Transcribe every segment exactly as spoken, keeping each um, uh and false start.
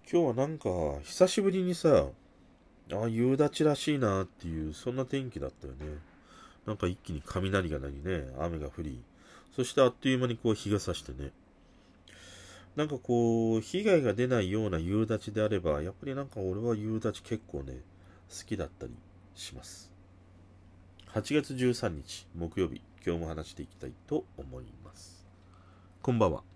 今日はなんか久しぶりにさ、ああ夕立らしいなっていうそんな天気だったよね。なんか一気に雷が鳴りね、雨が降り、そしてあっという間にこう日が差してね。なんかこう被害が出ないような夕立であれば、やっぱりなんか俺は夕立結構ね好きだったりします。はちがつじゅうさんにち木曜日、今日も話していきたいと思います。こんばんは。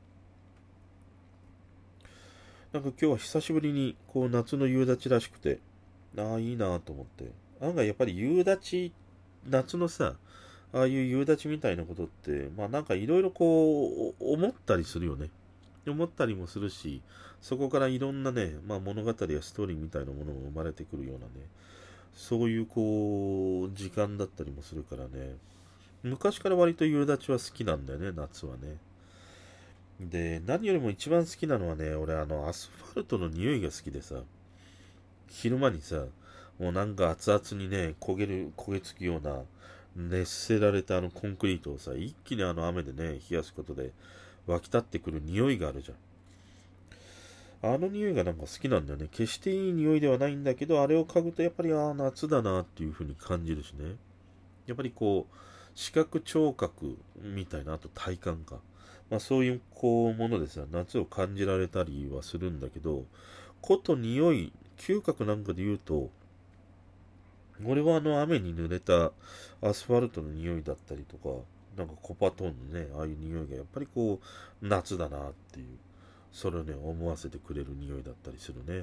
なんか今日は久しぶりにこう夏の夕立らしくて、ああ、いいなと思って。案外やっぱり夕立、夏のさ、ああいう夕立みたいなことって、まあなんかいろいろこう、思ったりするよね。思ったりもするし、そこからいろんなね、まあ物語やストーリーみたいなものも生まれてくるようなね、そういうこう、時間だったりもするからね。昔から割と夕立は好きなんだよね、夏はね。で、何よりも一番好きなのはね、俺あの、アスファルトの匂いが好きでさ、昼間にさ、もうなんか熱々にね、焦げる、焦げつくような、熱せられたあのコンクリートをさ、一気にあの雨でね、冷やすことで湧き立ってくる匂いがあるじゃん。あの匂いがなんか好きなんだよね。決していい匂いではないんだけど、あれを嗅ぐとやっぱり、ああ、夏だなっていう風に感じるしね。やっぱりこう、視覚聴覚みたいな、あと体感か。まあそういうこうものでさ、夏を感じられたりはするんだけど、こと匂い、嗅覚なんかで言うと、俺はあの雨に濡れたアスファルトの匂いだったりとか、なんかコパトーンのね、ああいう匂いがやっぱりこう、夏だなっていう、それをね、思わせてくれる匂いだったりするね。うん、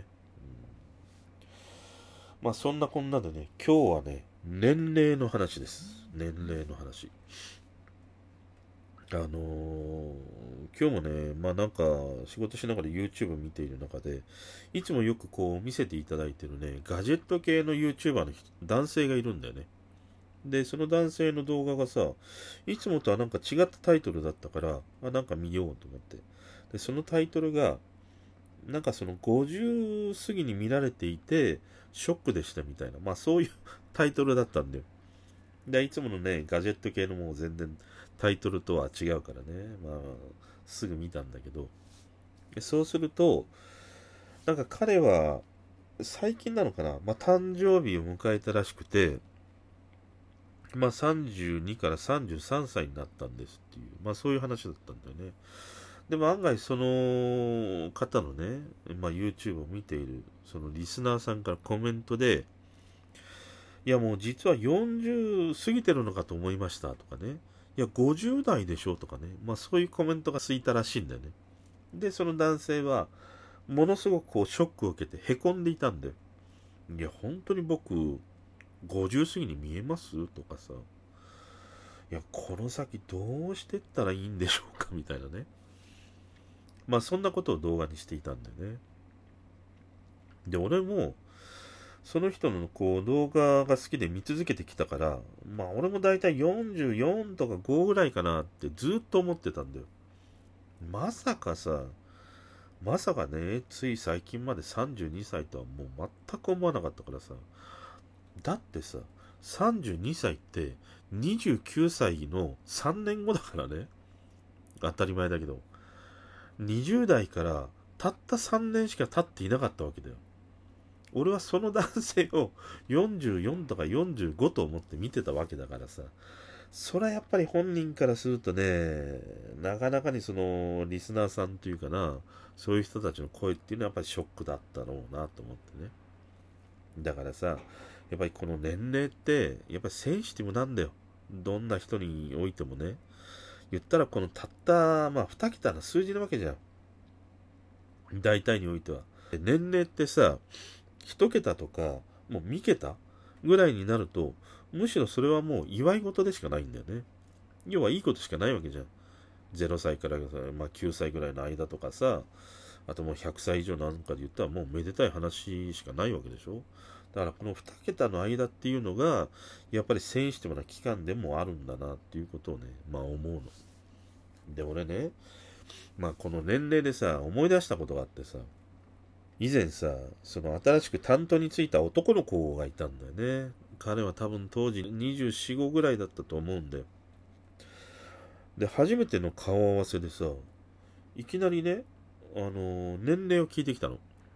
まあそんなこんなでね、今日はね、年齢の話です。年齢の話。あのー今日もね、まあなんか仕事しながら YouTube 見ている中で、いつもよくこう見せていただいてるね、ガジェット系の YouTuber の人男性がいるんだよね。で、その男性の動画がさ、いつもとはなんか違ったタイトルだったから、あ、なんか見ようと思って。で、そのタイトルが、なんかそのごじゅう過ぎに見られていて、ショックでしたみたいな、まあそういうタイトルだったんだよ。で、いつものね、ガジェット系のもう全然タイトルとは違うからね、まあ、すぐ見たんだけど、そうすると、なんか彼は、最近なのかな、まあ誕生日を迎えたらしくて、まあさんじゅうにからさんじゅうさんさいになったんですっていう、まあそういう話だったんだよね。でも案外その方のね、まあ YouTube を見ているそのリスナーさんからコメントで、いやもう実はよんじゅう過ぎてるのかと思いましたとかね、いやごじゅう代でしょとかね、まあそういうコメントがついたらしいんだよね。で、その男性はものすごくこうショックを受けてへこんでいたんだよ。いや本当に僕ごじゅう過ぎに見えますとかさ、いや、この先どうしてったらいいんでしょうかみたいなね。まあそんなことを動画にしていたんだよね。で、俺も、その人のこう動画が好きで見続けてきたから、まあ俺もだいたいよんじゅうよんとかごぐらいかなってずっと思ってたんだよ。まさかさ、まさかね、つい最近までさんじゅうにさいとはもう全く思わなかったからさ。だってさ、さんじゅうにさいってにじゅうきゅうさいのさんねんごだからね。当たり前だけど。にじゅう代からたったさんねんしか経っていなかったわけだよ。俺はその男性をよんじゅうよんとかよんじゅうごと思って見てたわけだからさ。それはやっぱり本人からするとね、なかなかにそのリスナーさんというかな、そういう人たちの声っていうのはやっぱりショックだったろうなと思ってね。だからさ、やっぱりこの年齢ってやっぱりセンシティブなんだよ。どんな人においてもね。言ったらこのたったまあに桁の数字なわけじゃん。大体においては。年齢ってさ、一桁とか、もう三桁ぐらいになると、むしろそれはもう祝い事でしかないんだよね。要はいいことしかないわけじゃん。ぜろさいからさ、まあ、きゅうさいぐらいの間とかさ、あともうひゃくさい以上なんかで言ったらもうめでたい話しかないわけでしょ。だからこのに桁の間っていうのが、やっぱりセンシティブな期間でもあるんだなっていうことをね、まあ思うの。で、俺ね、まあこの年齢でさ、思い出したことがあってさ、以前さ、その新しく担当についた男の子がいたんだよね。彼は多分当時にじゅうよん、ごぐらいだったと思うんだよ。で、初めての顔合わせでさ、いきなりね、あのー年齢を聞いてきたの。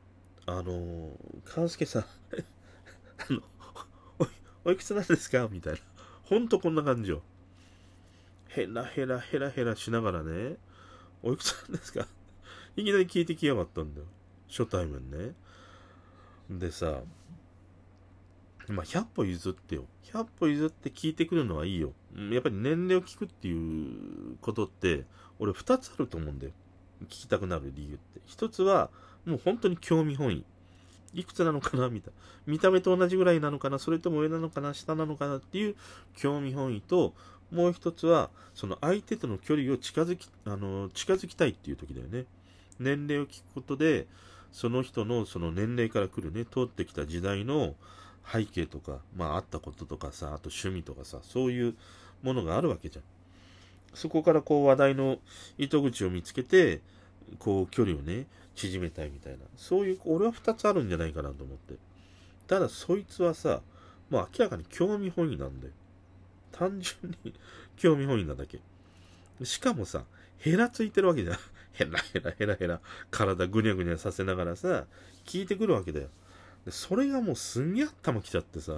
あの、川介さん、あの、おい、おいくつなんですかみたいな。ほんとこんな感じよ。ヘラヘラヘラヘラしながらね、おいくつなんですかいきなり聞いてきやがったんだよ。初対面ね。でさ、まあ、ひゃっぽ譲ってよ。ひゃっぽ譲って聞いてくるのはいいよ。やっぱり年齢を聞くっていうことって、俺ふたつあると思うんだよ。聞きたくなる理由って。ひとつは、もう本当に興味本位。いくつなのかなみたいな。見た目と同じぐらいなのかなそれとも上なのかな下なのかなっていう興味本位と、もう一つは、その相手との距離を近づき、あの、近づきたいっていう時だよね。年齢を聞くことで、その人のその年齢から来るね、通ってきた時代の背景とか、まああったこととかさ、あと趣味とかさ、そういうものがあるわけじゃん。そこからこう話題の糸口を見つけて、こう距離をね、縮めたいみたいな。そういう、俺は二つあるんじゃないかなと思って。ただそいつはさ、もう明らかに興味本位なんだよ。単純に興味本位なだけ。しかもさ、ヘラついてるわけじゃん。ヘラヘラヘラヘラ、体ぐにゃぐにゃさせながらさ、聞いてくるわけだよ。でそれがもうすんげえ頭きちゃってさ。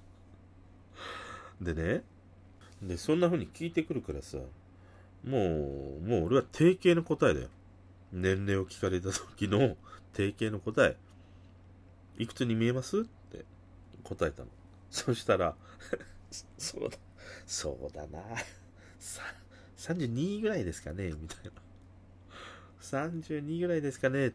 でね、で、そんな風に聞いてくるからさ、もう、もう俺は定型の答えだよ。年齢を聞かれた時の定型の答え。いくつに見えますって答えたの。そしたら、そうだ、そうだな。さ、さんじゅうにぐらいですかねみたいな。さんじゅうにぐらいですかねって、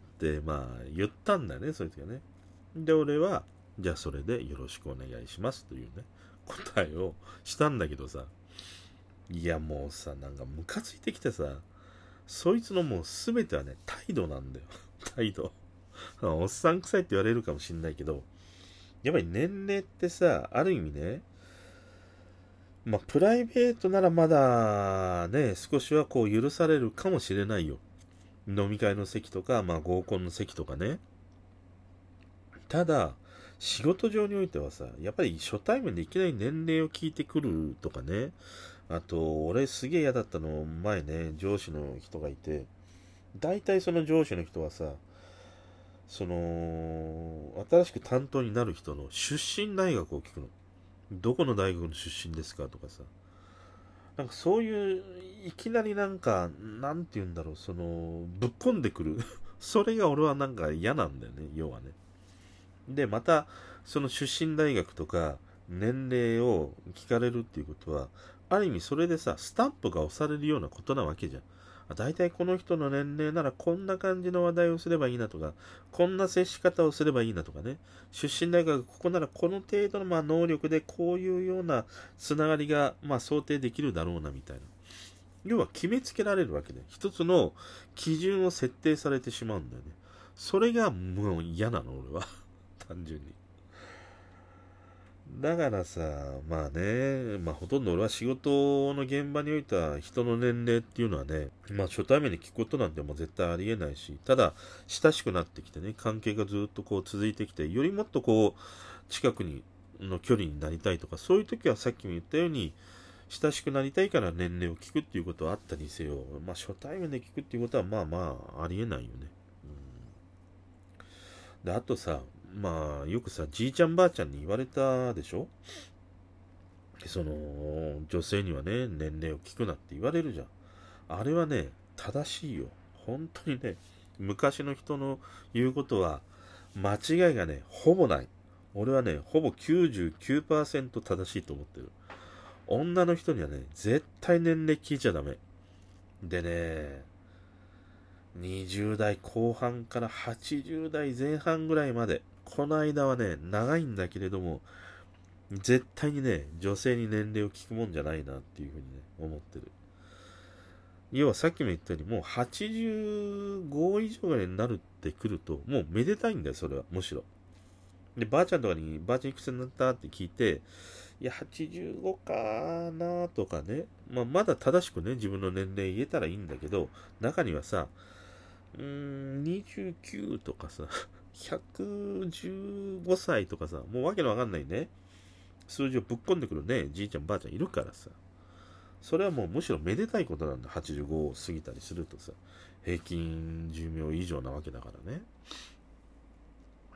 まあ、言ったんだよね、そういう時はね。で、俺は、じゃあそれでよろしくお願いしますというね、答えをしたんだけどさ、いやもうさ、なんかムカついてきてさ、そいつのもう全てはね、態度なんだよ。態度。おっさん臭いって言われるかもしんないけど、やっぱり年齢ってさ、ある意味ね、まあ、プライベートならまだね、少しはこう許されるかもしれないよ。飲み会の席とか、まあ合コンの席とかね。ただ、仕事上においてはさ、やっぱり初対面でいきなり年齢を聞いてくるとかね。あと、俺すげえ嫌だったの、前ね、上司の人がいて、大体その上司の人はさ、その、新しく担当になる人の出身大学を聞くの。どこの大学の出身ですかとかさ。なんかそういう、いきなりなんか、なんて言うんだろう、その、ぶっこんでくる。それが俺はなんか嫌なんだよね、要はね。で、また、その出身大学とか、年齢を聞かれるっていうことは、ある意味それでさ、スタンプが押されるようなことなわけじゃん。だいたいこの人の年齢ならこんな感じの話題をすればいいなとか、こんな接し方をすればいいなとかね。出身大学ここならこの程度のまあ能力でこういうようなつながりがまあ想定できるだろうなみたいな。要は決めつけられるわけで、一つの基準を設定されてしまうんだよね。それがもう嫌なの、俺は。単純に。だからさ、まあね、まあほとんど俺は仕事の現場においては人の年齢っていうのはね、まあ初対面で聞くことなんてもう絶対ありえないし、ただ親しくなってきてね、関係がずっとこう続いてきて、よりもっとこう近くにの距離になりたいとか、そういう時はさっきも言ったように、親しくなりたいから年齢を聞くっていうことはあったにせよ、まあ初対面で聞くっていうことはまあまあありえないよね。うん、で、あとさ、まあよくさ、じいちゃんばあちゃんに言われたでしょ。その、女性にはね、年齢を聞くなって言われるじゃん。あれはね、正しいよ。本当にね、昔の人の言うことは、間違いがね、ほぼない。俺はね、ほぼきゅうじゅうきゅうパーセント正しいと思ってる。女の人にはね、絶対年齢聞いちゃダメ。でね、にじゅう代後半からはちじゅう代前半ぐらいまで、この間はね、長いんだけれども、絶対にね、女性に年齢を聞くもんじゃないなっていうふうにね、思ってる。要はさっきも言ったように、もうはちじゅうご以上ぐらいになるってくると、もうめでたいんだよ、それは、むしろ。で、ばあちゃんとかに、ばあちゃんいくつになったって聞いて、いや、はちじゅうごかなとかね、まあ、まだ正しくね、自分の年齢言えたらいいんだけど、中にはさ、うーん、にじゅうきゅうとかさ、ひゃくじゅうごさいとかさ、もうわけのわかんないね、数字をぶっ込んでくるね、じいちゃんばあちゃんいるからさ。それはもうむしろめでたいことなんだ。はちじゅうごを過ぎたりするとさ。平均寿命以上なわけだからね。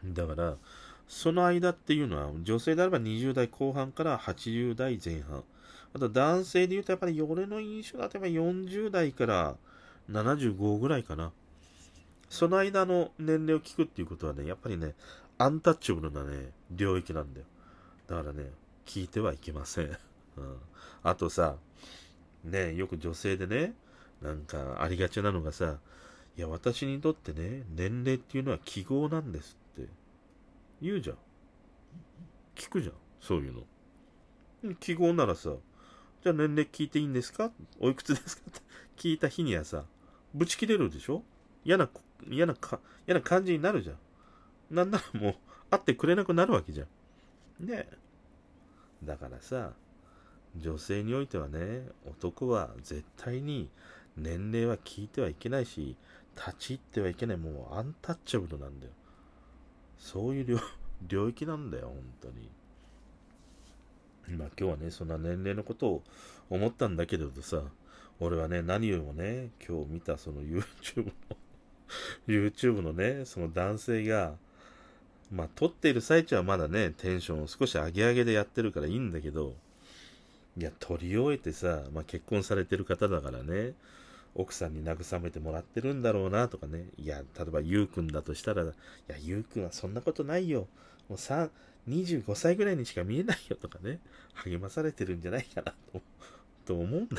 だから、その間っていうのは、女性であればにじゅう代後半からはちじゅう代前半。あと男性で言うと、やっぱり俺の印象だとやっぱよんじゅう代からななじゅうごぐらいかな。その間の年齢を聞くっていうことはね、やっぱりね、アンタッチャブルなね、領域なんだよ。だからね、聞いてはいけません。うん、あとさ、ね、よく女性でね、なんかありがちなのがさ、いや、私にとってね、年齢っていうのは記号なんですって言うじゃん。聞くじゃん。そういうの。記号ならさ、じゃあ年齢聞いていいんですか、おいくつですかって聞いた日にはさ、ブチ切れるでしょ。嫌な、嫌なか、嫌な感じになるじゃん。なんならもう、会ってくれなくなるわけじゃん。ねえ。だからさ、女性においてはね、男は絶対に年齢は聞いてはいけないし、立ち入ってはいけない、もうアンタッチャブルなんだよ。そういう領領域なんだよ、本当に。まあ今日はね、そんな年齢のことを思ったんだけれどさ、俺はね、何よりもね、今日見たその YouTube の YouTube のね、その男性が、まあ撮っている最中はまだね、テンションを少し上げ上げでやってるからいいんだけど、いや、撮り終えてさ、まあ結婚されてる方だからね、奥さんに慰めてもらってるんだろうなとかね。いや、例えばゆうくんだとしたら、いや、ゆうくんはそんなことないよ。もうさ、にじゅうごさいぐらいにしか見えないよとかね。励まされてるんじゃないかなと、と思うんだよ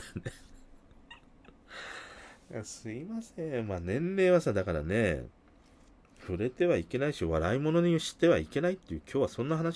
ね。すいません。まあ年齢はさ、だからね、触れてはいけないし、笑い物にしてはいけないっていう、今日はそんな話